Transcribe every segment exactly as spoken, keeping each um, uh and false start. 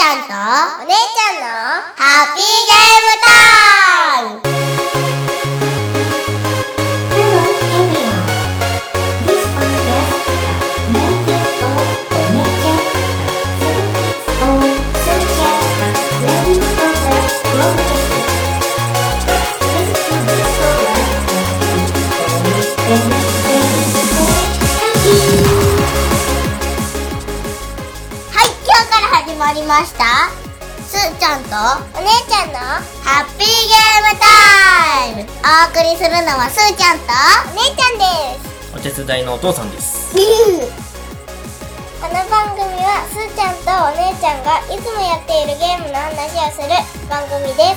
ちゃんとお姉ちゃんのハッピーゲームタイム。始まりました。すーちゃんとお姉ちゃんのハッピーゲームタイム。お送りするのはすーちゃんとお姉ちゃんです。 お手伝いのお父さんです。 この番組はすーちゃんとお姉ちゃんがいつもやっているゲームの話をする番組です。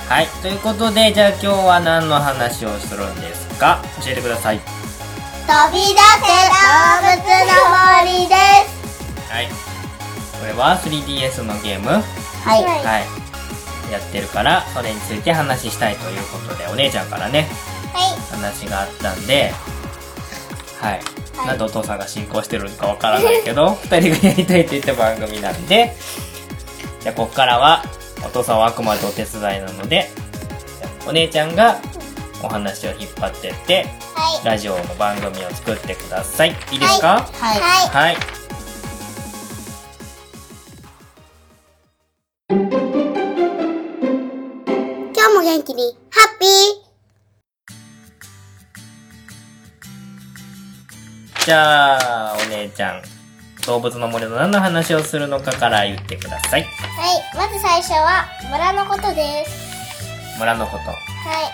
はい、ということで、じゃあ今日は何の話をするんですか？教えてください。 飛び出せ動物の森です。 はい、これは スリーディーエス のゲーム、 はい、 はい、やってるからそれについて話したいということで、お姉ちゃんからね、 はい、 話があったんで、はい、 はい、 なんでお父さんが進行してるのかわからないけどふたりがやりたいって言った番組なんで、じゃあここからはお父さんはあくまでお手伝いなので、お姉ちゃんがお話を引っ張ってって、 はい、 ラジオの番組を作ってください。いいですか？ はい、はい、 はい。 今日も元気にハッピー。じゃあお姉ちゃん、動物の森の何の話をするのかから言ってください。 はい、まず最初は村のことです。 村のこと。 はい、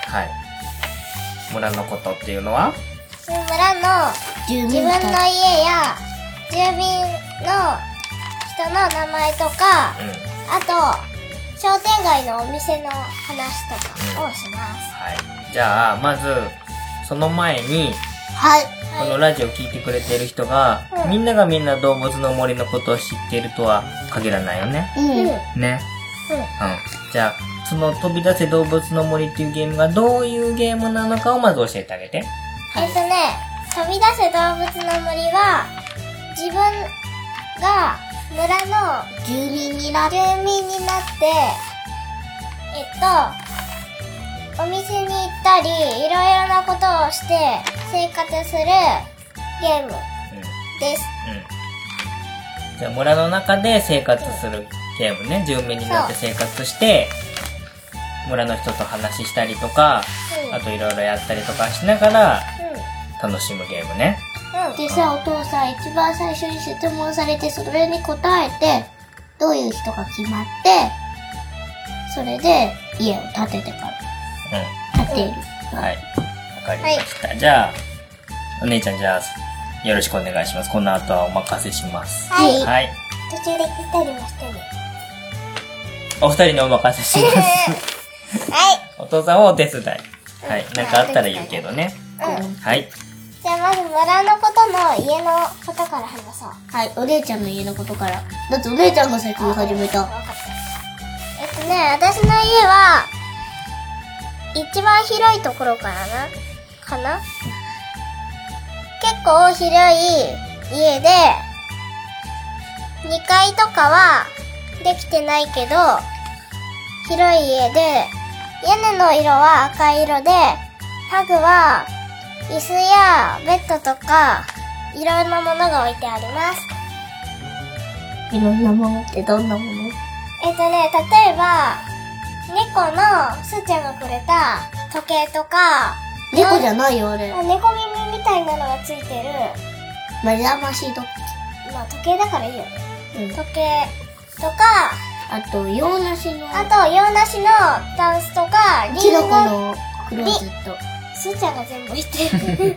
はい。村のことっていうのは、 村の自分の家や住民の人の名前とか、 うん、 あと商店街のお店の話とかをします。 はい。じゃあまずその前に、 はい、 このラジオ聞いてくれてる人が、 うん、 みんながみんな動物の森のことを知っているとは限らないよね。 うん、 ね。 うん、 うん。じゃあその飛び出せ動物の森っていうゲームがどういうゲームなのかをまず教えてあげて。 えっとね、飛び出せ動物の森は自分が村の住民になって、住民になってえっとお店に行ったりいろいろなことをして生活するゲームです。 うん。うん。じゃあ村の中で生活するゲームね。住民になって生活して、村の人と話したりとか、うん、あといろいろやったりとかしながら、うん、楽しむゲームね。 うん、でさ、お父さん一番最初に質問されて、それに答えて、どういう人が決まって、それで家を建ててから。うん。建てる。 うん、はい。わかりました。はい、じゃあ、お姉ちゃんじゃあ、よろしくお願いします。この後はお任せします。 はい。 はい。 途中で聞いたりもしてね。 お二人にお任せします。 はい。 お父さんはお手伝い。はい。なんかあったら言うけどね。 うん。 はい。 じゃあまず村のことの家のことから話そう。はい、お姉ちゃんの家のことから。だってお姉ちゃんが先に始めた。分かった。えっとね、私の家は、一番広いところからな、かな？結構広い家で、にかいとかはできてないけど、広い家で、屋根の色は赤色で、家具は椅子やベッドとかいろんなものが置いてあります。いろんなものってどんなもの？えっとね、例えば猫のすーちゃんがくれた時計とか。猫じゃないよあれ。猫耳みたいなのがついてる目覚まし時計。まあ時計だからいいよね。うん、時計とか、あと洋梨のあと洋梨のタンスとか、リンゴのクローゼット。すーちゃんが全部言ってる。リンゴのテレ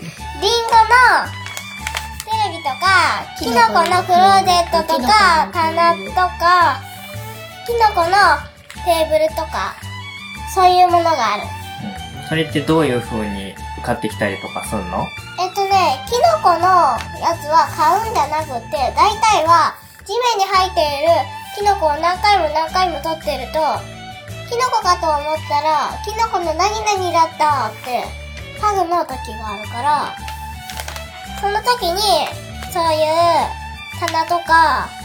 ビとか、キノコのクローゼットとか、棚とか、キノコのテーブルとか、そういうものがある。 うん、それってどういう風に買ってきたりとかすんの？ えっとね、キノコのやつは買うんじゃなくて、大体は地面に生えているキノコを何回も何回も取ってると、キノコかと思ったら、キノコの何々だったってハグの時があるから、その時にそういう棚とか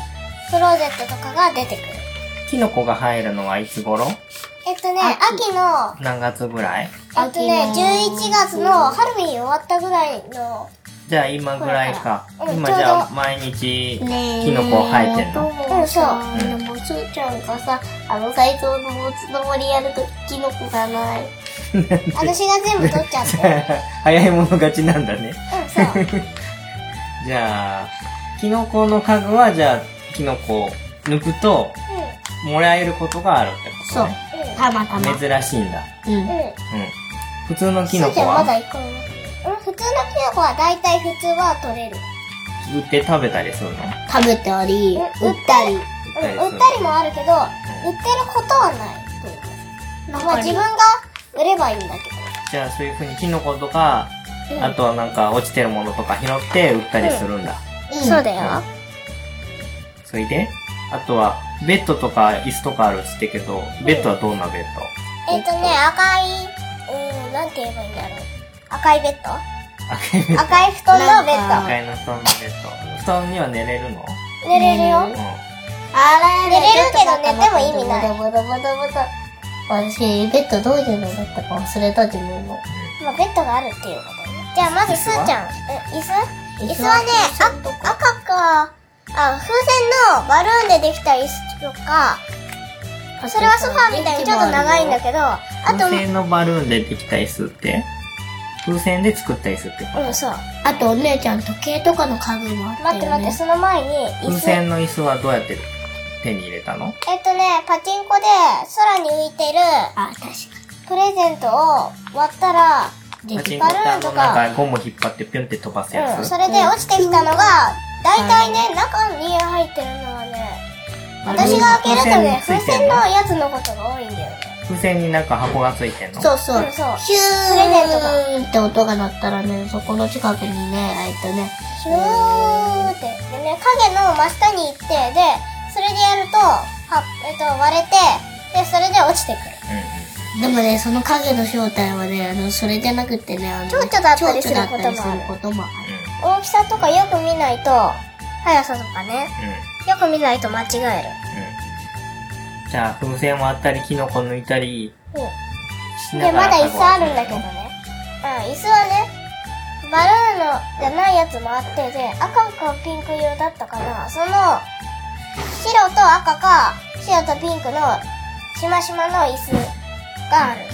クローゼットとかが出てくる。 キノコが生えるのはいつ頃？ えっとね、秋の、 何月ぐらい？ えっとね、じゅういちがつのハロウィン終わったぐらいの、 じゃあ今ぐらいか。 うん今じゃあ毎日キノコ生えてんの？ うん、そう。 でも、すーちゃんがさ、あの、斎藤のモツの森やるとキノコがない。 私が全部取っちゃって。 早い者勝ちなんだね。 うん、そう。 じゃあ、キノコの家具はじゃあ、キノコを抜くと、もらえることがあるってことそうね。。 たまたま。 珍しいんだ。 うん。 うん。うん。 うん。普通のキノコすーちゃんまはだ一個も。うん、普通のキノコは大体普通は取れる。 売って食べたりするの？ 食べたり、 うん売ったり。 うん、売ったりもあるけど、売ってることはないというか。まあ自分が売ればいいんだけど。 じゃあそういう風にキノコとか、 うんあとはなんか落ちてるものとか拾って売ったりするんだ。 そうだよ。 それであとは、ベッドとか椅子とかあるっつってけど、ベッドはどんなベッえっとね、赤い、うん、なんて言えばいいんだろう。赤いベッドド？赤いベッド。 赤い布団のベッド。 赤いの布団のベッド。布団には寝れるの？ 寝れるよ。 うん。 あら寝れるけど寝ても意味ないボタボタボタボタ。私、ベッドどういうのだったか忘れた自分の。 まあ、ベッドがあるっていうことね。じゃあ、まず、すーちゃん。え、椅子椅子はね、あ、赤か、あ、風船のバルーンでできた椅子とか、それはソファーみたいにちょっと長いんだけど、あと、 風船のバルーンでできた椅子って風船で作った椅子ってこと？ うん、そう。 あと、お姉ちゃん時計とかの家具もあったよね。 待って待って、その前に、椅子。 風船の椅子はどうやって手に入れたの？ えっとね、パチンコで空に浮いてるあ、確かプレゼントを割ったら、 パチンコってあのなんかゴム引っ張ってピュンって飛ばすやうん、 つ？ それで落ちてきたのが、だいたいね、中に入ってるのはね、私が開けるとね、風船のやつのことが多いんだよね。 風船になんか箱がついてんの？ そうそう。 うんそうヒュプレゼントがーンって音が鳴ったらね、そこの近くにね、えっとね、 シューって。でね、影の真下に行って、で、それでやると、は、えっと、割れて、で、それで落ちてくる。 でもね、その影の正体はね、あの、それじゃなくてね、あの、 蝶々だったりすることもある蝶々だったりすることもある。 大きさとかよく見ないと、速さとかね、 うん。うん。 よく見ないと間違える。 うん。じゃあ風船割ったりキノコ抜いたりうん。で、 しながらまだ椅子あるんだけどね。うん、椅子はね、バルーンのじゃないやつもあって、で、赤かピンク色だったかな。その、白と赤か、白とピンクの、しましまの椅子がある。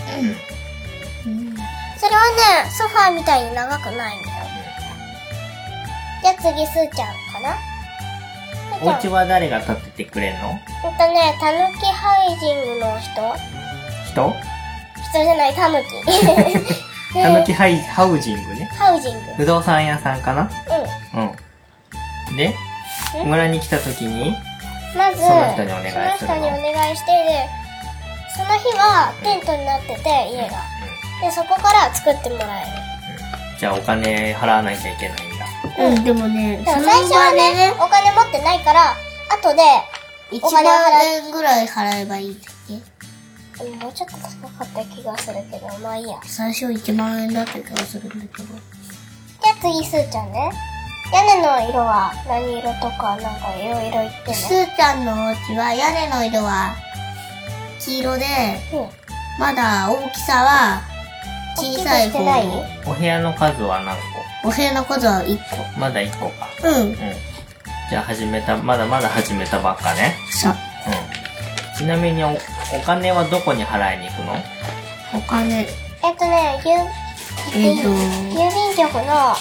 それはね、ソファーみたいに長くないんだよ。じゃあ次、すーちゃんかな。すーちゃんお家は誰が建ててくれんの？ えっとね、たぬきハイジングの人人？ 人じゃない、たぬき。 たぬきハイハウジングね。 ハウジング。 不動産屋さんかな？ ううん。で、 ん。 村に来た時に、 まず、 その人にお願いするのその人にお願いして、で、その日はテントになってて、家が。で、そこから作ってもらえる。 じゃあお金払わないといけないんだ。 うん、でもね、 でも最初はね、お金持ってないから、後で、 一お金を払万円ぐらい払えばいいって言って。 うんもうちょっと高かった気がするけど、まあいいや。 最初一万円だった気がするんだけど。 じゃあ次、すーちゃんね。屋根の色は何色とか、なんかいろいろ言ってすね。 ーちゃんのお家は屋根の色は黄色で、 うん。 まだ大きさは小さい方大きくしてないの。 お部屋の数は何お部屋の数はいっ個？まだいっこか。 こ。うん。 うん。じゃあ始めた、まだまだ始めたばっかね。 そう。 うん。ちなみにお、お金はどこに払いに行くの？ お金、 えっとね、ゆ、 えっと、 郵便局のローンの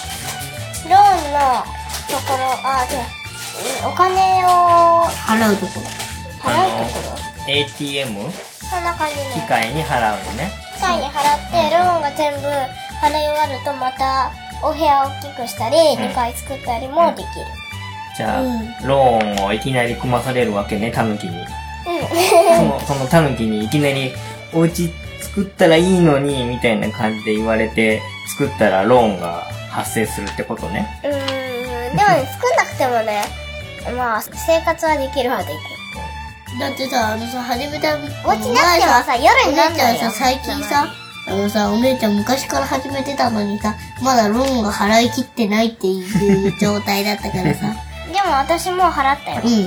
ところ、あ、違う、お金を払うところ。 払うところエーティーエム？ そんな感じね。 機械に払うのね。 機械に払って、ローンが全部払い終わると、またお部屋を大きくしたり、 うんにかい作ったりもできる。 じゃあ、 うんローンをいきなり組まされるわけね、タヌキに。 うん。 その、そのタヌキにいきなり、お家作ったらいいのに、みたいな感じで言われて、作ったらローンが発生するってことね。 うーん。でもね、作んなくてもね、まあ、生活はできるはできる。 だってさ、あのさ、始めた、 お家なくてもさ、夜になお姉ちゃんないよ。 んさ、最近さ、あのさ、お姉ちゃん昔から始めてたのにさ、まだローンが払い切ってないっていう状態だったからさ。 でも私もう払ったよ。 うん。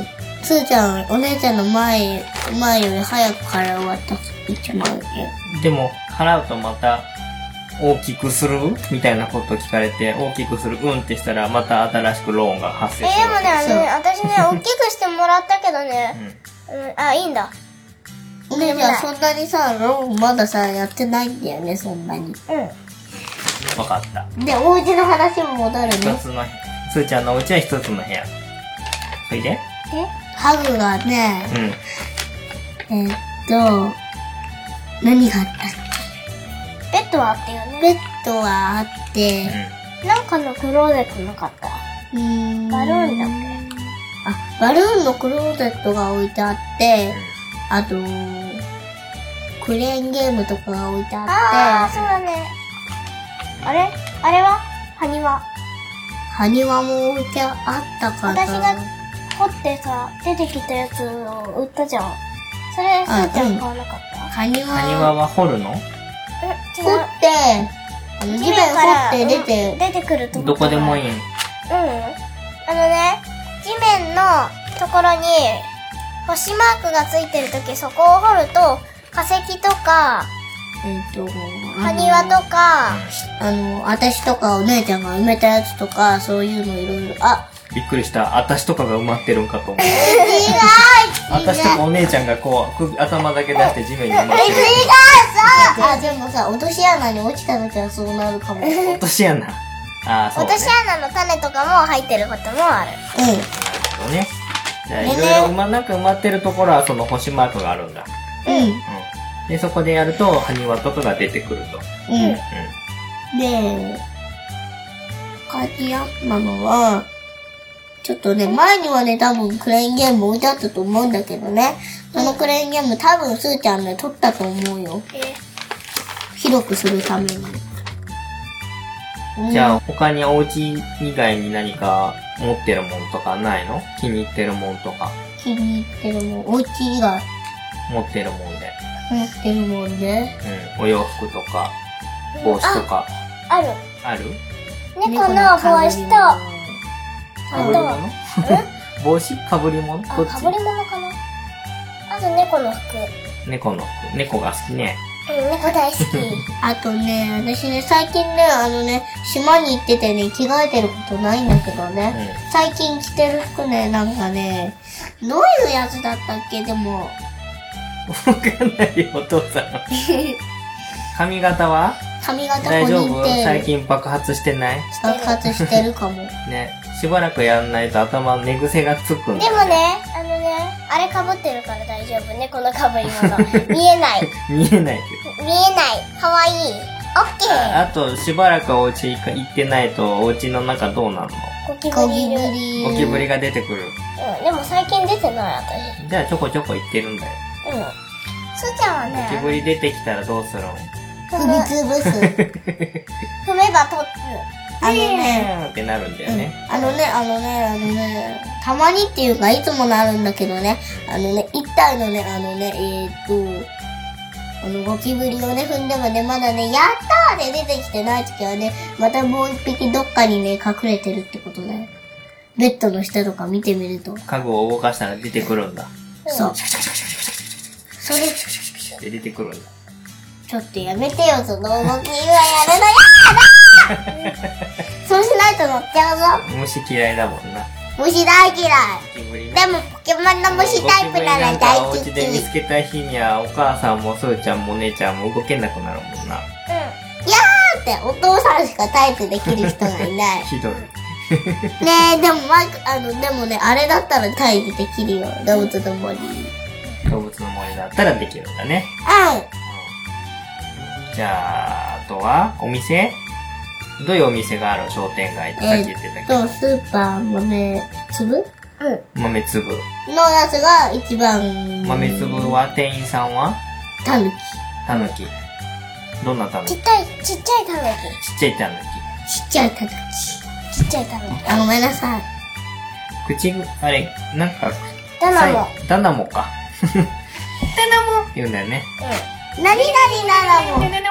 すーちゃん、お姉ちゃんの前、前より早く払うわったいちまんえん。 でも、払うとまた、大きくするみたいなことを聞かれて、大きくするうんってしたら、また新しくローンが発生え、 する。 でもね、あのね、私ね、大きくしてもらったけどね、うん、あ、いいんだ。 お姉ちゃん、そんなにさ、ローンまださ、やってないんだよね、そんなに。 うん。 わかった。 で、お家の話も戻るね。 一つの、すーちゃんのお家は一つの部屋。それでえハグがね、 うん。 えーっと、何があったっベッドはあったよけ？ ね。 ベッドはあって、 なんかのクローゼットなかった。 うーん。 バルーンだっあ、バルーンのクローゼットが置いてあって、あと、クレーンゲームとかが置いてあああ、 って、 そうだね。あれあれは埴輪。 埴輪も置いてあったかな。 私が掘ってさ、出てきたやつを売ったじゃん。それ、すーちゃん買わなかった？ 埴輪、 埴輪は掘るの？ え、違掘っう。 て、あの地面掘って出て、 うん出てくるとこどこでもいいん。 うん。あのね、地面のところに星マークがついてるとき、そこを掘ると化石とかえっと、 埴輪とか、 あの、私とかお姉ちゃんが埋めたやつとか、そういうのいろいろ、あ、 びっくりした。あたしとかが埋まってるんかと思う。 違うあたしとかお姉ちゃんがこう、首頭だけ出して地面に埋まってる。 あ、でもさ、落とし穴に落ちた時はそうなるかも。うん。 落とし穴。ああ、そうね。 落とし穴の種とかも入ってることもある。 なるほどね。じゃあ、いろいろ埋ま、なんか埋まってるところはその星マークがあるんだ。 うん。 うん。で、そこでやると、埴輪とかが出てくると。 うん。 うん。 で、他にあったのは、ちょっとね、前にはね、多分クレーンゲーム置いてあったと思うんだけどね。そのクレーンゲーム多分すーちゃんね、取ったと思うよ。 え広くするために。 じゃあ、他にお家以外に何か持ってるもんとかないの？気に入ってるもんとか。 気に入ってるもん、お家以外持ってるもんで。 持ってるもんね。 うん。お洋服とか、帽子とか。 ある。 ある？ 猫の帽子と、あかぶり物？帽子？かぶり物？ あ、 どっち？ かぶり物かな。あと猫の服。 猫の服。猫が好きね。 うん、猫大好き。 あとね、私ね、最近ね、あのね、島に行っててね、着替えてることないんだけどね。 う最近着てる服ね、なんかね、どういうやつだったっけでも、 ん。わかんないよ、お父さん。髪型は髪型大丈夫？ ポニーテール最近爆発してない？ 爆発してるかも。 ね。しばらくやんないと頭寝癖がつくんだよでもね、あのね、あれ被ってるから大丈夫。猫の被り物。見えない。 見えないけ見えない。かわいい。オッケど。 ー。 ああと、しばらくお家行ってないと、お家の中どうなるの？ ゴキブゴキブリいる。 リ。 ゴキブリが出てくる。 うん、でも最近出てない、私。 じゃあ、ちょこちょこ行ってるんだよ。 うん。すーちゃんはね、 ゴキブリ出てきたらどうするの？ 踏みつぶす。 踏めば取る。 あのね、 ーってなるんだようんね。 あのね、あのね、あのね、たまにっていうか、いつもなるんだけどね、あのね、一体のね、あのね、えー、っと、あの、ゴキブリをね、踏んでもね、まだね、やったーで出てきてない時はね、またもう一匹どっかにね、隠れてるってことだよ。ベッドの下とか見てみると。 家具を動かしたら出てくるんだ。 そう。それ、 で出てくるんだ。 ちょっとやめてよ、その動きはやるのやだそうしないと乗っちゃうぞ。 虫嫌いだもんな。 虫大嫌い。 ゴキブリね。 でも、ポケモンの虫タイプなら大好き。 ゴキブリなんかお家で見つけた日には、お母さんもすーちゃんもお姉ちゃんも動けなくなるもんな。 うん。 やーって、お父さんしかタイプできる人がいない。 ひどい。 ねえ、でもマイク、あの、でもね、あれだったらタイプできるよ。動物の森。うん。 動物の森だったらできるんだね。じゃあ、あとは、お店？どういうお店がある？商店街ってさっき言ってたけど。 と、スーパー豆粒うん。 豆粒。 のやつが一番、 豆粒は店員さんはタヌキ。 タヌキ。どんなタヌキ？ちちっちゃい、ちっちゃいタヌっちゃいタヌちっちゃいタヌキ。 キ。ちっちゃいタヌキ。 あ、ごめんなさい。 キ。口、あれ、なんか、 ダナモ。 さいダナモか。ダナモって言うんだよね。 うなになにならも。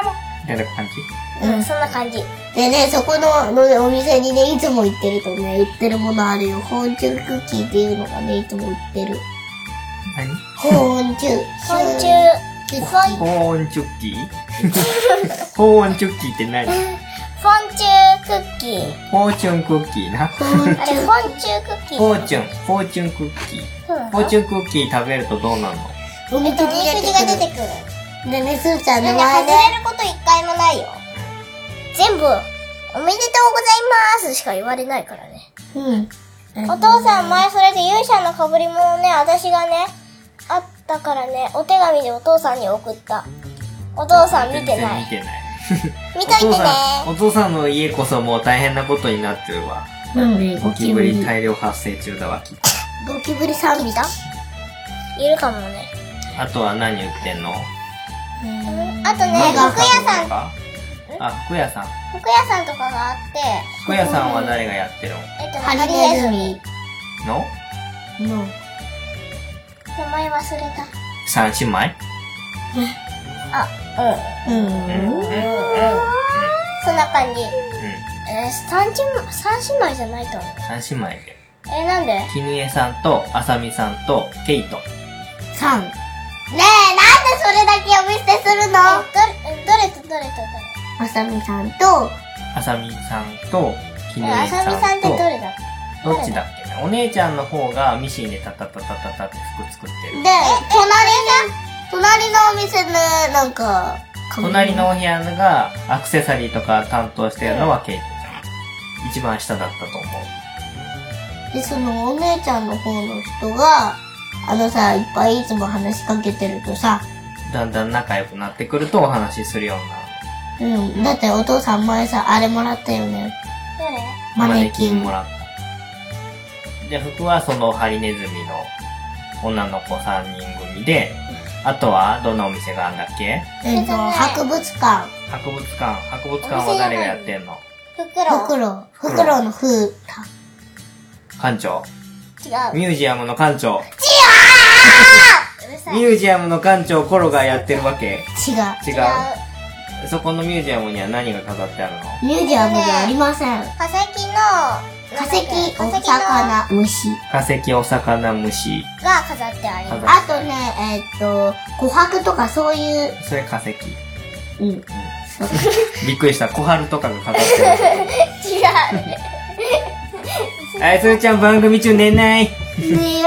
たいな感じ。 うん、そんな感じ。 でね、そこののお店にね、いつも行ってるとね、売ってるものあるよ。ホーンチュクッキーっていうのがね、いつも売ってる。 何？ ホーンチュ。 昆虫。 ホーンチュッキーホーンチュッキーって何？ フォンチュクッキー。 フォーチュンクッキーな。 ホーンあれ、 チュ。 フォンチュクッキー。 フォーチュン、フォーチュンクッキー。 そうなのフォーチュンクッキー食べるとどうなるの？ おみくじおみくじが出てくる。 でね、すーちゃんのね、 前で、 外れること一回もないよ。全部、おめでとうございますしか言われないからね。 うん。 お父さん前それで勇者の被り物ね、私がね、あったからね、お手紙でお父さんに送った。お父さん見てない。 全然見てない。 見といてね。 お父さんの家こそもう大変なことになってるわ。 なんで、 ゴキブリ大量発生中だわ、きっと。 ゴキブリさんびき。 いるかもね。 あとは何売ってんの？ あとね、 目が服屋さん、 あ、服屋さん。 服屋さんとかがあって、 服屋さんは誰がやってるえっとね、 ハリハリネズネズミ。 ミの？ の、 名前忘れた。 三姉妹？ あ、うん。 うん。 うん。うん。 そんな感じ。 うん。 えー、三姉妹、三姉妹じゃないと思う。 三姉妹で。 えー、なんで絹江さんと、あさみさんと、ケイト。 さん。 ねえ、なんでそれだけ呼び捨てするのどれ、えどれとどれとあさみさんと、 あさみさんと、絹どれえ、あ江さんと、 さみさんってどれだっどっちだっけね。お姉ちゃんの方がミシンでタタタタタタって服作ってる。 で、隣の、隣のお店で、なんか、 隣のお部屋がアクセサリーとか担当してるのはケイトちゃん。一番下だったと思う。 で、そのお姉ちゃんの方の人が、あのさ、いっぱいいつも話しかけてるとさ、 だんだん仲良くなってくるとお話しするようになる。 うん。だってお父さん前さ、あれもらったよね。 どれマネキン。 もらった。で、服はそのハリネズミの女の子さんにん組で、あとはどんなお店があるんだっけ？ えっと、博物館。 博物館。博物館は誰がやってんの？ 袋。違う。 袋。袋の風太。 館長。 うミュージアムの館長。 るさい。 ミュージアムの館長コロがやってるわけ？ 違う。 違違う。 う。そこのミュージアムには何が飾ってあるの？ ミュージアムではありません。 化石の、 化石、お化石の魚、虫。 化石、お魚、虫。 が飾ってあります。 あとね、えっと、琥珀とかそういう、 それ化石。 うん。そう。 びっくりした。小春とかが飾ってる。 違うね。 あいすーちゃん番組中寝ない。 ねピー。 え、 いや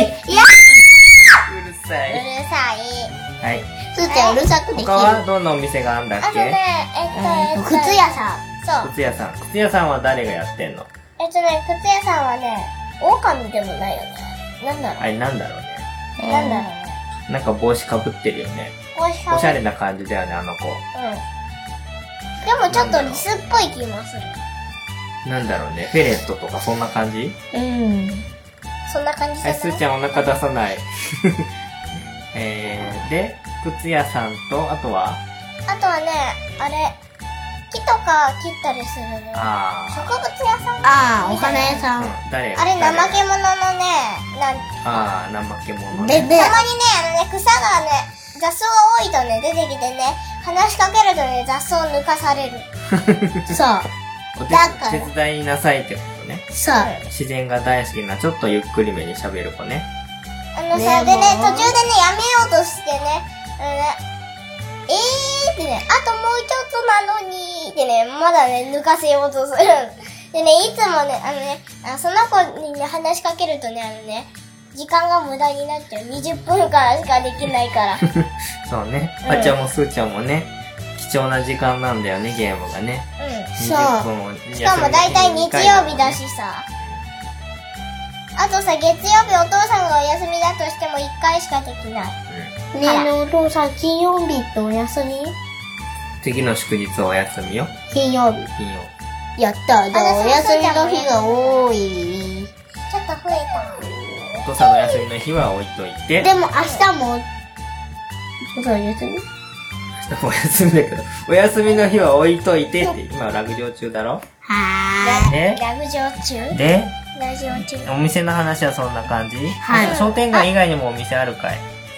うるさい。 うるさい。 はい。 すーちゃんうるさくできる。 他はどんなお店があるんだっけ？ あとね、えっと、 えっと、靴屋さん。 そう。 靴屋さん。靴屋さんは誰がやってんの？ えっとね、靴屋さんはね、狼でもないよね。なんだろあれなんだろうね。 う。なんだろうね。 なんか帽子かぶってるよね。 帽子かぶおしゃれな感じだよね、あの子。 うん。でもちょっとリスっぽい気もする。 なんだろうね。フェレットとかそんな感じ？ うん。 そんな感じじはい、 ゃないすーちゃんお腹出さない。えー、で、靴屋さんと、あとはあとはね、あれ、木とか切ったりするの。 あ植物屋さんああ、お花屋さー。うんん、誰あれ、 誰怠け者のね、なんあー、怠け者で、 ね。 で、 たまにね、あのね、草がね、雑草が多いとね、出てきてね、話しかけるとね、雑草を抜かされる。 そう。 お手だから手伝いなさいってことね。 そう。 自然が大好きな、ちょっとゆっくりめに喋る子ね。 あのさ、でね、 でも途中でね、やめようとしてね、あのね、えーってね、あともうちょっとなのにってね、まだね、抜かせようとする。でね、いつもね、あのね、あその子にね、話しかけるとね、あのね、時間が無駄になっちゃう。にじゅっぷんからしかできないから。 そうね。 うんあっちゃんもすーちゃんもね、貴重な時間なんだよね、ゲームがね。 うにじゅそうっぷんを。 ん。しかも大体日曜日だしさ。あとさ、月曜日お父さんがお休みだとしてもいっかいしかできない。 うん。 ねえねえ、お父さん、金曜日ってお休み次の祝日お休みよ。 金曜日。 金曜。 やった。じゃあ、お休みの日が多い。 ちょっと増えお父さんのお休みの日は置いといて。 でも、明日も、お父さん休み明日もお休みだけど、お休みの日は置いといてって、今ラグ上中だろ？ はねた。ラグ上中で、 ラジオ中。 お店の話はそんな感じ？ はい商店街以外にもお店あるかい？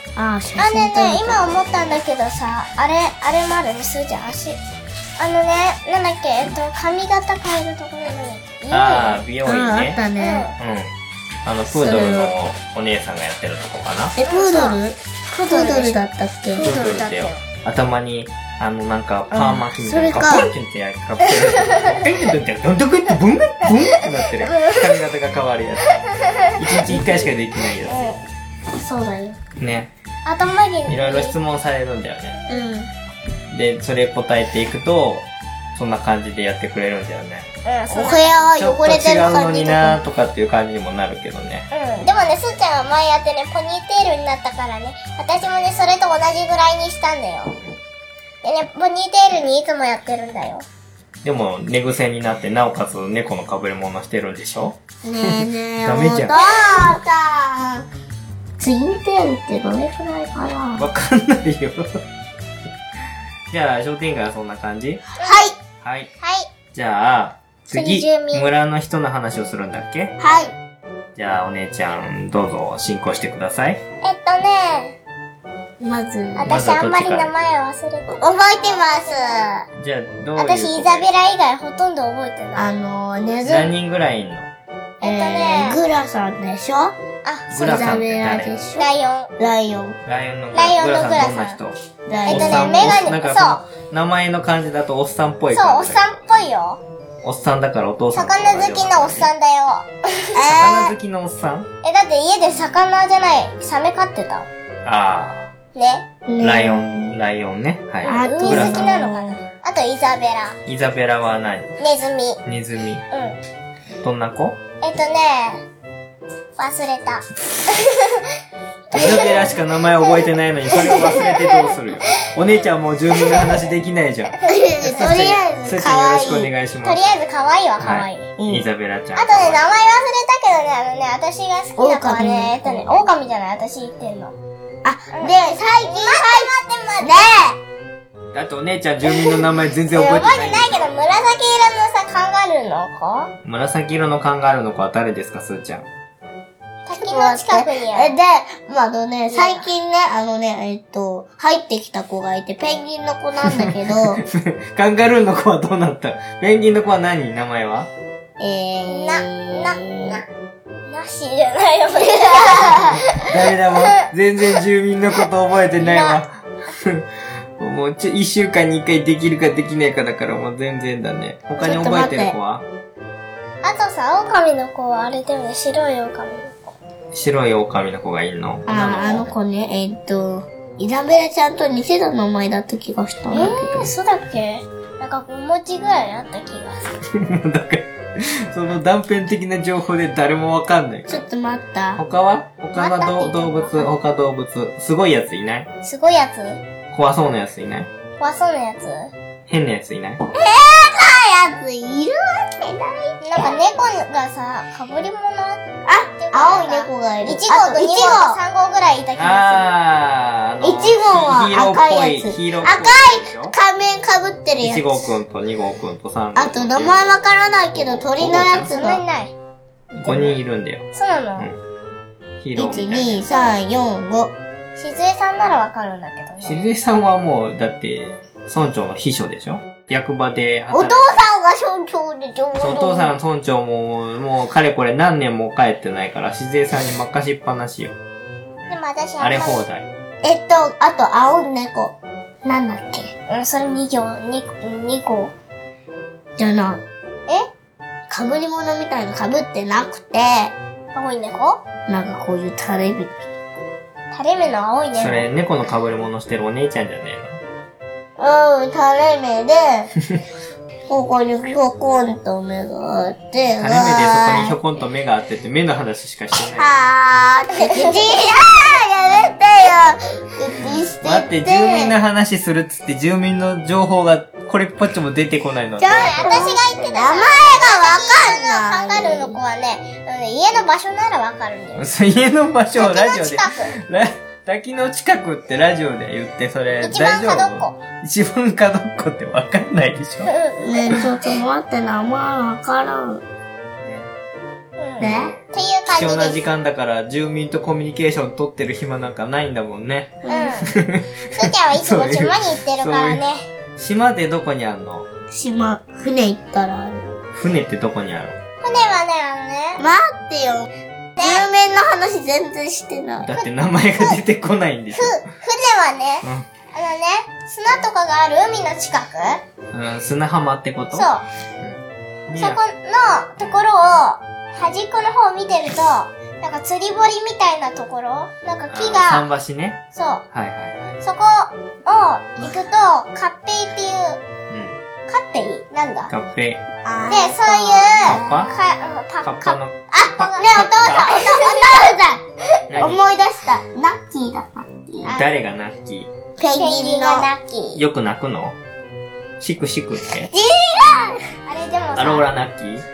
あー、写あ、ねえねえ、 撮る今思ったんだけどさ、あれ、あれもあるね、すーちゃん、足。あのね、なんだっけ、えっと、髪型変えるところに。 ああ、美容院あー、あっね。 たね。 うん。あの、プードルのお姉さんがやってるとこかな。 え、プードルプードルだったっけプードルだったよ。 頭に、あの、なんか、パーマ機みたいな。 あそれかカップンってやカップンって、ペンってどんどんどんどんブンブンブンってなってる。髪型が変わるやつ。一日一回しかできないやそうだよ。 つ。ね。 頭に。 いろいろ質問されるんだよね。 うん。 で、それ答えていくと、そんな感じでやってくれるんだよね。 うん、そう。 お部屋ちょっとは汚れて違うのる感じとになか。 とかっていう感じにもなるけどね。 うん。でもね、すーちゃんが前やってね、ポニーテールになったからね、私もね、それと同じぐらいにしたんだよ。でね、ポニーテールにいつもやってるんだよ。 でも、寝癖になって、なおかつ猫の被り物してるんでしょ？ ねえねえ、 ダメじゃんお父さん。ツインテールってどれくらいかな？ わかんないよ。じゃあ、商店街はそんな感じ？ はい。 はい。 はい。 じゃあ、次、 次住民村の人の話をするんだっけ？ はい。 じゃあ、お姉ちゃん、どうぞ進行してください。 えっとね、 まず、 ま私ずはあんまり名どっちから前忘れてる。 覚えてます。 じゃあ、どういう私、イザベラ以外ほとんど覚えてない。 あの、ネズ何人ぐらいいんの？ ええっとねー、グラさんでしょ？ あ、 グラさんってイザベラ誰？ でしょ？ ライオン。 ライオン。 ライオンのグライオンのグラさんグラさんどんな人？ ライオン。 えっとねおっさんメガネなんかそうその名前の感じだとおっさんっぽいそう、お感じだっさんっぽいよ。 おっさんだからお父さんと魚好きなおっさん。 んだよ。 魚好きのおっさん？ え、だって家で魚じゃない、サメ飼ってた。 あね。 あ、ライオン、ライオンね。はい。 あ海好きグラさん。 なのかな。あと、イザベラ。 イザベラは何？ ネズミ。うん。 ネズミ。 えどんな子？ っとね、忘れた。 イザベラしか名前覚えてないのにそれを忘れてどうするよ。お姉ちゃんもう住民の話できないじゃん。 とりあえず、 すーちかわいゃんよろしくおい。 願いします。 とりあえず可愛いわ、可愛い。 はい。イザベラちゃん。 あとね、名前忘れたけどね、あのね、私が好きな子はね、えっとね、狼じゃない、私言ってんの。 あ、で、最近、 待って待って待って。 ねだってお姉ちゃん住民の名前全然覚覚えてない。 えてないけど、紫色のさ、カンガルーの子紫色のカンガルーの子は誰ですか、すーちゃん。 滝の近くにあえ、 る。 で、まあ、あのね、最近ね、あのね、えっと、入ってきた子がいて、ペンギンの子なんだけど、 カンガルーの子はどうなった？ペンギンの子は何？名前は？ えー、 な、な、な、なしじゃないよね。 誰だもん。全然住民のこと覚えてないわ。もうちょ、一週間に一回できるかできないかだからもう全然だね。他に覚えてる子は？ あとさ、狼の子はあれだよね、白い狼の子。 白い狼の子がいんの？ あ、あの子ね、えっと、イザベラちゃんと似てた名前だった気がしたんだけえー、そうだっけなんかごもちぐらいあった気がする。 だから、その断片的な情報で誰もわかんないど。。ちょっと待った。 他は？他のまた動動物、他動物。すごいやついない？ すごいやつ怖そうなやついない？ 怖そうなやつ変なやついない？ やついるわけない。 なんか猫がさ、かぶり物あ、青い猫がいる。 いち号とに号とあさん号ぐらいいた気があー、あの、 いち号はヒーローっぽ赤いやつヒーローっぽいでしょ。 仮面かぶってるやいち号つ。 くんとに号くんとさん号くん。 あと名前わからないけど鳥のやつする。そんなにが。 ない。 ごにんいるんだよ。 そうなの、 うんヒーローみいち、 たいな。 に、さん、よん、ご。 しずえさんならわかるんだけどね。 しずえさんはもう、だって、村長の秘書でしょ？役場でお父働いて。 さんが村長でちょうど。 そうお父さん村長も、もう、かれこれ何年も帰ってないから、しずえさんに任しっぱなしよ。 でも私あれあんまり放題。 えっと、あと青い猫。なんだっけうん、それに号、に、に号。 じゃない。 えかぶり物みたいのかぶってなくて、 青い猫なんかこういうタレビ。 垂れ目の青い猫。 それ、猫の被り物してるお姉ちゃんじゃねうん、タレ目で、ここにひょこんと目があって、 えの？垂れ目でそこにひょこんと目があってて、目の話しかしてない。 はーって、口、あーやめてよ口してて。 待って、住民の話するっつって、住民の情報がこれっぽっちも出てこないの。 じゃあ、 私が言ってた名前がわかんない。 カンガルーの子はね、あのね家の場所ならわかるんだよ。 そう家の場所をラジオで滝の近く。 ラ滝の近くってラジオで言って、それ、 一番大丈角っ夫？一番角っこってわかんないでしょ？ うん。 ねえ、ちょっと待って、名前わからん。 うん。 ね。 っていう感貴重なじです。 時間だから住民とコミュニケーション取ってる暇なんかないんだもんね。 うん。すーちゃんはいつも島に行ってるからね。 島ってどこにあんの？ 島、船行ったらある。 船ってどこにある？ 船はね、あのね、 待ってよ。有名な話全然してない。 だって名前が出てこないんでしふ、船はね、 ょ。 あのね、砂とかがある海の近くうん。うん、砂浜ってこと？ そう。 うん。 そこのところを、端っこの方を見てると、なんか釣り堀みたいなところなんか木が、 桟橋ね。 そう。 はいはいはい。 そこを行くと、カッペイっていう、 うん。 カッペイなんだ。 カッペ。 あで、そういう、 カッパか、パカッパの。 あ、ね、お父さん、お父さん、お父さん何思い出した。ナッキーだったっていう。 誰がナッキー？ ペンペンギンの。 ギンがナッキー。 よく泣くの？シクシクってあれでもさ、 アローラナッキー？ 違うね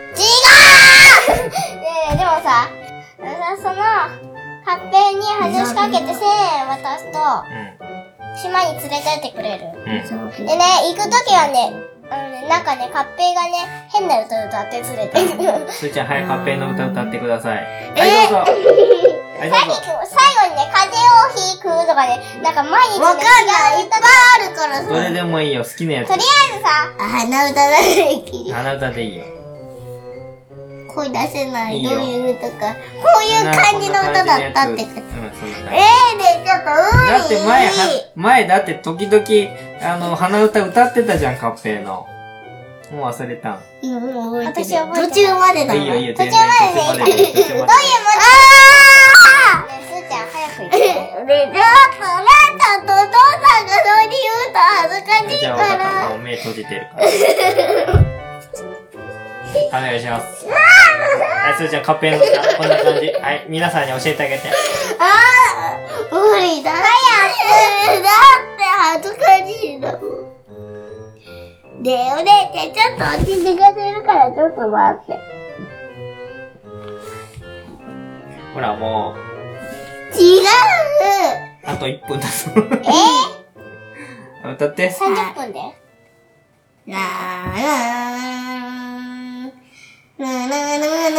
え、でもさ、その、カッペイに話しかけてせんえん渡すと、島に連れてってくれる。 うん。うん。 そうでね、行くときはね、あのね、なんかね、カッペイがね、変な歌歌って連れてくる。 すーちゃん、はい、カッペイの歌歌ってください。 えはい、どうぞ。はい、どうぞ。 最後にね、風邪をひくとかね、なんか毎日ね、 わかんない。いっぱい違う歌とあるからさ。 どれでもいいよ、好きなやつとり。あえずさ、 あ、鼻歌だね、きり。 鼻歌でいいよ。 声出せないい。 いよどういう歌か。こういう感じの歌だったってこと。 うん、そんな感じ。 えー、ねだちょっと無理。 って前、は、前だって時々、あの、鼻歌歌ってたじゃん、カッペイの。もう忘れたん。 うん、もう覚えてる。 私覚えてない途中までだな。 いいよいいよ、 途中全然まででいい途中まででいい。途中まででいいどういう文字ねえ、すーちゃん早く言って。 で、ちょっと、なんだとお父さんがそうに言うと恥ずかしいじゃあ、 かわかった。 ら。 もう目閉じてるから。お願いします。はい、すーちゃん、カッペイの歌、こんな感じ。はい、皆さんに教えてあげて。 あー、無理だ。早く。だって恥ずかしいんだもん。で、お姉ちゃん、ちょっと落ち着かせるから、ちょっと待って。 ほら、もう、 違う。 あといっぷんだぞ。 え歌って。 ー、さんじゅっぷんでラーラーラーラーラーラー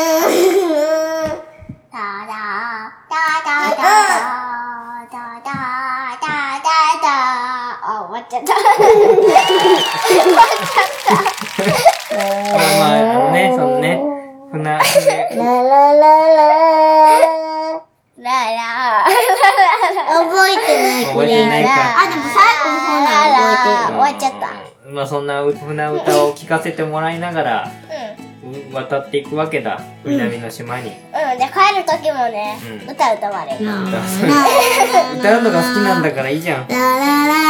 タダタダタダタダタダタあ、終わっちゃった。終わっちゃった。 まあ、まあ、あのね、そのね、船、船、 ララララララ覚えてない、これ。 覚えてないか。 あ、でも最後の方なら覚えてる。 終わっちゃった。 た。まあ、そんな船歌を聴かせてもらいながら、 う渡っていくわけだ。南の島に。 ん。うん。で、帰る時もね、 うん歌歌われる。 ララ歌うのが好きなんだからいいじゃん。 ラララララララ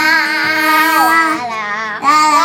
ララララ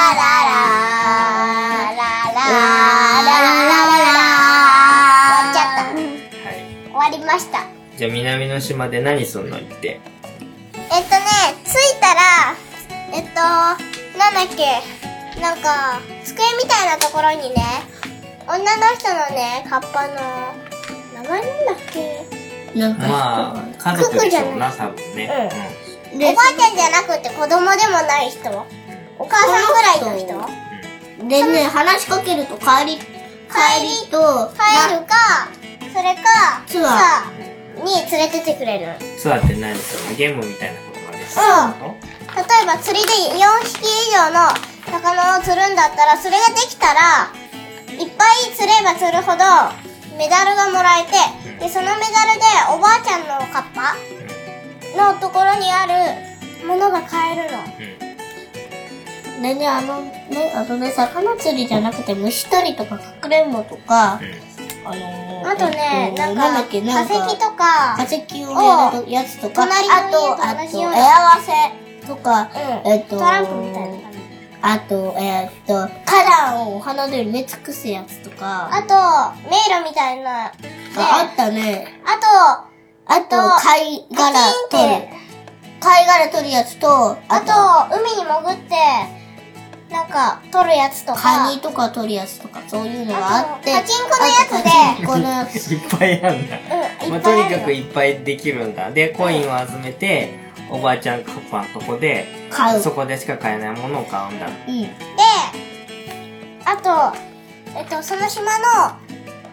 終わっちゃった。 はい。 終わりました。 じゃあ南の島で何すんのって。 えっとね、着いたら、えっと、なんだっけ、なんか、机みたいなところにね、女の人のね、カッパの、名前なんだっけなんか、 まあ、家族でしょうな、多分ね。 おばあちゃんじゃなくて子供でもない人お母さんぐらいの人でね、話しかけると帰り、帰りと、 帰るか、それか、 ツアーツアーに連れてってくれる。 うん。ツアーって何するの？ゲームみたいなことがです例えば釣りでよんひき以上の魚を釣るんだったら、それができたら、いっぱい釣れば釣るほどメダルがもらえて、で、そのメダルでおばあちゃんのカッパのところにあるものが買えるの。 でね、あのね、あとね、魚釣りじゃなくて虫取りとかかくれんぼとか、あのー、 あとね、 えっとなんか、 なんだっけ、なんか、 化石とか、 化石をやるやつとか、 隣の家とあと、あと、 同じような絵合わせとか、 うんえっと、 トランプみたいな感じ。 あと、えっと、花壇を花で埋め尽くすやつとか、 あと、迷路みたいな。で、 あったね。 ああと、貝殻取る。貝殻取るやつと、 と、 ああと、 と、海に潜って、なんか、取るやつとか。 カニとか取るやつとか、そういうのがあって。 あとパチンコのやつであとパチンコのやつ。 いっぱいあるんだ。 うん、 まあ、 いっぱいあるよとにかくいっぱいできるんだ。で、コインを集めて、おばあちゃんカッパのとこで、 買う。 そこでしか買えないものを買うんだ。 うん。 で、あと、えっと、その島の、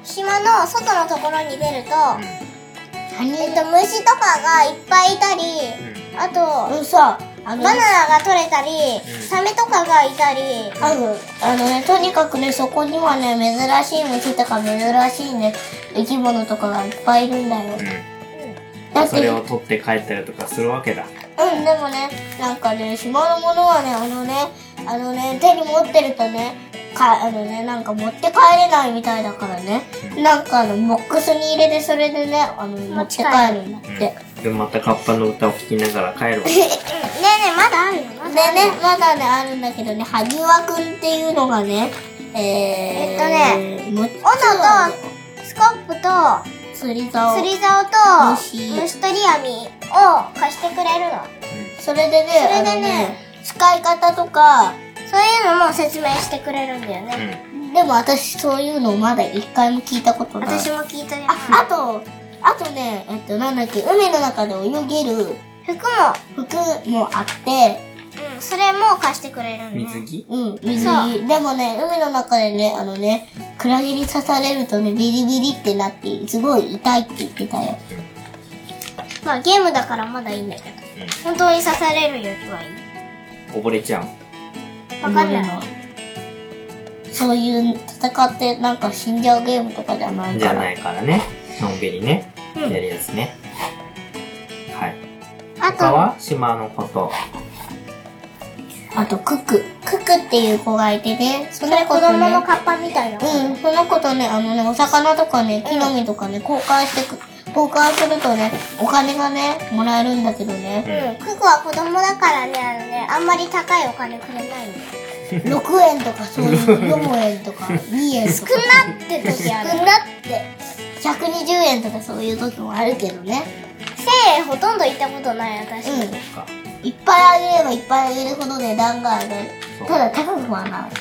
島の外のところに出ると、 何えっと、虫とかがいっぱいいたり、あと、 うん、さ、あのバナナが取れたり、サメとかがいたり、 あの、あのね、とにかくね、そこにはね、珍しい虫とか珍しいね、生き物とかがいっぱいいるんだよ。だって、 それを取って帰ったりとかするわけだ。 うん、でもね、なんかね、島のものはね、あのね、あのね、手に持ってるとね、か、あのね、なんか持って帰れないみたいだからね、なんかあの、ボックスに入れて、それでね、あの、持って帰るんだって。 で、またカッパの歌を聴きながら帰るわ。 ねえねえ、まだあるよ。までだあるよね、まだね、あるんだけどね、萩和くんっていうのがね、えー、 えっとね、 も斧と、スコップと、 釣り竿。 釣り竿と、 虫虫取り網を貸してくれるの。 それでね、 それでねあのね、使い方とか、 そういうのも説明してくれるんだようね。 ん。 でも私そういうのまだ一回も聞いたことない。 私も聞いたよ。 あ、あと、あとね、えっと、なんだっけ、海の中で泳げる服も、 服もあって、 うん、それも貸してくれるんだね。 水着うん、水そう着。でもね、海の中でね、あのね、クラゲに刺されるとね、ビリビリってなって、すごい痛いって言ってたよ。 まあゲームだからまだいいんだけど。本当に刺されるよりはいい。 溺れちゃう。 わかんない。 そういう戦ってなんか死んじゃうゲームとかじゃないから。 じゃないからね。のんびりね。 うんやるやつね。はい。 あ他と、 は島のこと。 あと、クク。ククっていう子がいてね、そそれ子の子とね、 供のカッパみたいな。 うん、その子とね、あのね、お魚とかね、木の実とかね、交換してく、交換するとね、お金がね、もらえるんだけどね、 うん、ククは子供だからね、あのね、あんまり高いお金くれないんだよ。 ろくえんとかそういうよんえんとかにえんと少か、 なって時ある。 少なってひゃくにじゅうえんとかそういう時もあるけどね、 せんえんほとんど行ったことない、私。 うん、 か。 いっぱいあげればいっぱいあげるほど値段が上がる。 そうただ高くはない。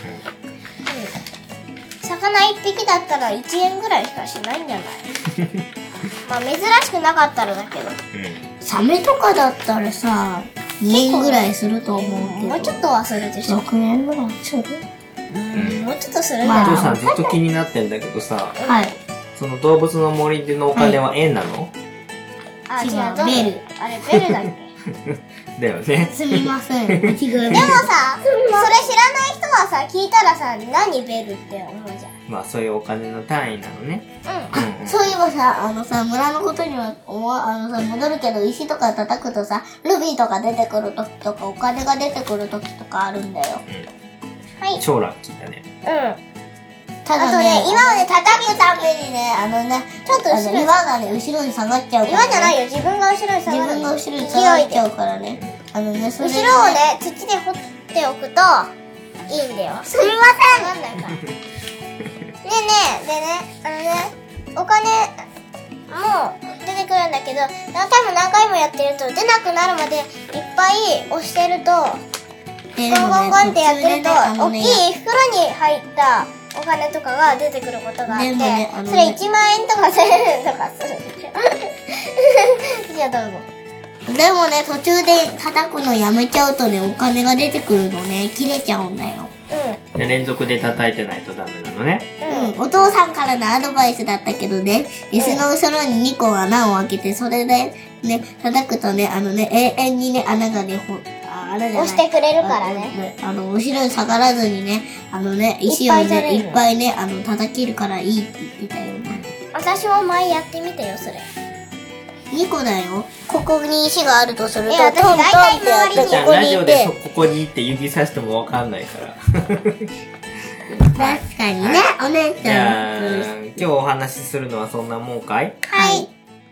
魚一匹だったらいちえんぐらいしかしないんじゃないまあ珍しくなかったらだけど。 うん。 サメとかだったらさ、にえんぐらいすると思うけど。 もうちょっとはするでしょ。 ろくえんぐらいする。 うん、もうちょっとするんまあだよ。 お父さんずっと気になってんだけどさ、 はい。 その動物の森でのお金は円なの、 あ、違う、 違うどうベルあれ、ベルだっけだよね。 すみません。間違えましでもさ、それ知らない人はさ、聞いたらさ、何ベルって思うじゃん。 まあそういうお金の単位なのね。 ううんうん。 そういえばさ、あのさ、村のことには、思わあのさ、戻るけど、石とか叩くとさ、ルビーとか出てくるときとか、お金が出てくるときとかあるんだよ。 ん。はい。 超ラッキーだね。 うん。 ただね、 あとね今まで叩くためにね、あのね、 ちょっと後ろあの岩がね、後ろに下がっちゃうから、ね。 岩じゃないよ、自分が後ろに下がる。 自分が後ろに下がっちゃ勢うからね。あのね、そいで。 れで、 後ろをね、土で掘っておくと、いいんだよ。すみませんわかんないから。ねえねえ、でね、あのね、お金も出てくるんだけど、多分何回もやってると出なくなるまでいっぱい押してると、 でゴンゴンゴンってやってると、大あのねきい袋に入ったお金とかが出てくることがあって、 でもねあのねそれいちまんえんとかせんえんとかするんですよ。じゃあどうぞ。 でもね、途中で叩くのやめちゃうとね、お金が出てくるのね、切れちゃうんだよ。 うで連続で叩いてないとダメなのね。 ん。うん。 うん、お父さんからのアドバイスだったけどね、椅子の後ろににこ穴を開けて、それでね、叩くとね、あのね、永遠にね、穴がね、ほ、あ、穴じゃない。 押してくれるからね。 あの、後ろに下がらずにね、あのね、石をね、 いっぱい取れるいっぱいね、あの、叩けるからいいって言ってたよ。 私も前やってみてよ、それ。 にこだよ。ここに石があるとすると、 いや私トントンってやって、 大体周りにじゃあここにいラジオでそて。 ここに行って指さしてもわかんないから。 確かにね、お姉じちゃゃあ、 ん。 今日お話しするのはそんなもんかい？ はい。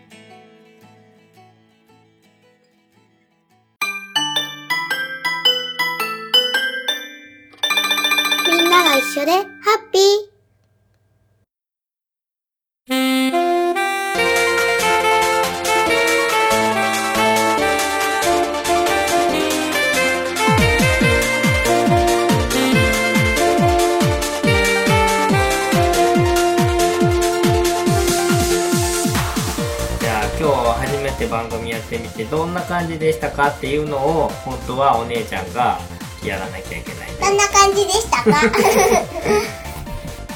みんなが一緒で、ハッピー。 じゃあ今日初めて番組やってみてどんな感じでしたかっていうのを本当はお姉ちゃんがやらなきゃいけない。 どんな感じでしたか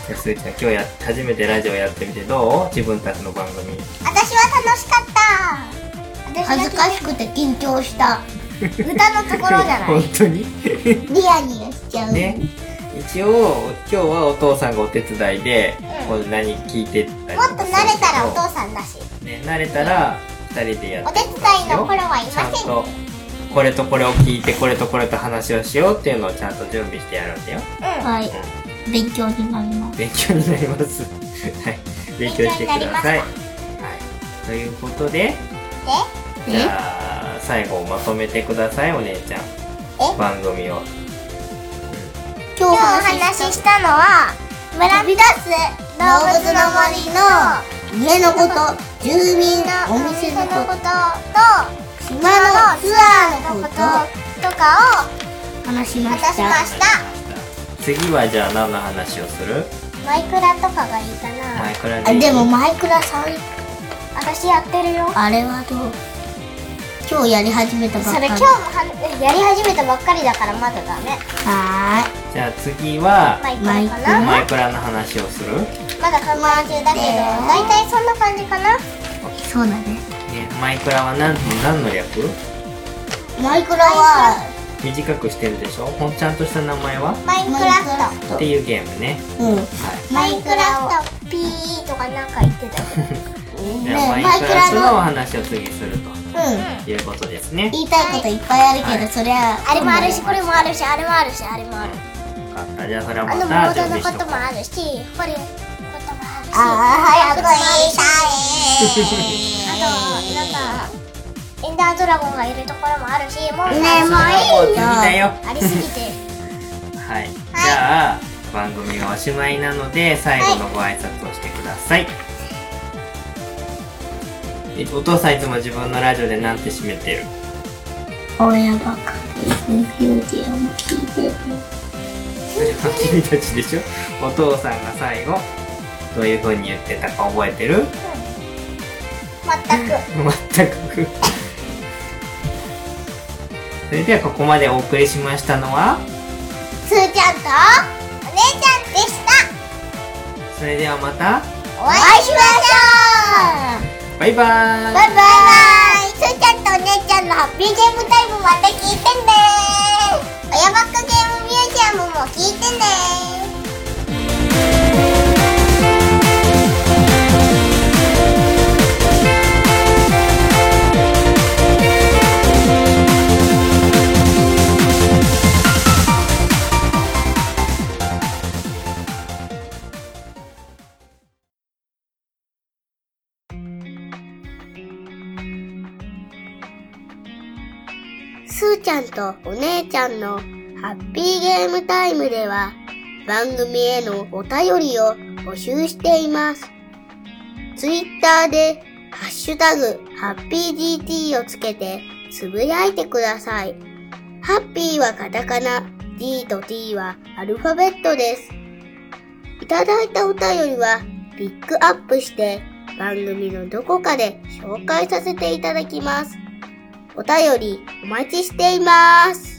じゃあすーちゃん今日や初めてラジオやってみてどう？自分たちの番組。 私は楽しかった。 恥ずかしくて緊張した。 歌のところじゃない。 本当にニヤニヤしちゃう。 ね。一応今日はお父さんがお手伝いで、 うんこう何聞いてたりもっと慣れたらお父さんだし。 ね、慣れたらふたりでやってお手伝いの頃はいません。 ちゃんとこれとこれを聞いてこれとこれと話をしようっていうのをちゃんと準備してやるんだよ。 うん。 はい。勉強になります。 勉強になります。はい。勉強してください。 勉強になりまはい。ということで、 で、 じゃあ最後まとめてくださいお姉ちゃん。 え番組を。 今今日お話ししたのは、村飛び出す動物の森の家のこと、住民、お店のこ、 のことと、 島のツアーののここととかと話しをまし。 話したました。 次はじゃあ何の話をする？ マイクラとかがいいかな。 マイクラあ、 でいい？ でもマイクラさん、 私やってるよ。 あれはどう？今日やり始めたばっかり。 それ今日もはやり始めたばっかりだからまだダメ。 はじゃあ次はマイクラかマイクな。 マイクラの話をする？ まだ考え中だけど、 えーだいたいそんな感じかな。 ーい。そうだね。 ね、マイクラは何何の略？ マイクラは、 短くしてるでしょ？ほんちゃんとした名前は？ マイクラフト。 っていうゲームね。 うん。 はい。 マイクラフトピーとかなんか言ってたよ。 じゃあマイクラフトのお話を次するとうん。 いうことですね。 言いたいこといっぱいあるけど、 はいそりゃ、 あれもあるし、これもあるし、あれもあるし、あれもある。 分かった。じゃあそれはまあのモたードのこ準備しとこう。 ともあるし、これこともあるし。 あー、早く言いあと、なんか、エンダードラゴンがいるところもあるし、もうねえもういいよ次だよ。 ありすぎて。 はい。じゃあ番組がおしまいなので最後のご挨拶をしてください。えお父さんいつも自分のラジオでなんて締めてる？ 親バカミュージアム聞いてる。 君たちでしょ。お父さんが最後どういう風に言ってたか覚えてる？ 全く。 全く。それではここまでお送りしましたのは、 すーちゃんとお姉ちゃんでした。 それではまたお会いしましょう。 バイバーイ。 バイバイバイ。すーちゃんとお姉ちゃんのハッピーゲームタイムまた聞いてね。親バカゲームミュージアムも聞いてね。 すーちゃんとお姉ちゃんのハッピーゲームタイムでは番組へのお便りを募集しています。ツイッターでハッシュタグハッピー ジーティー をつけてつぶやいてください。ハッピーはカタカナ、G と T はアルファベットです。いただいたお便りはピックアップして番組のどこかで紹介させていただきます。お便りお待ちしています。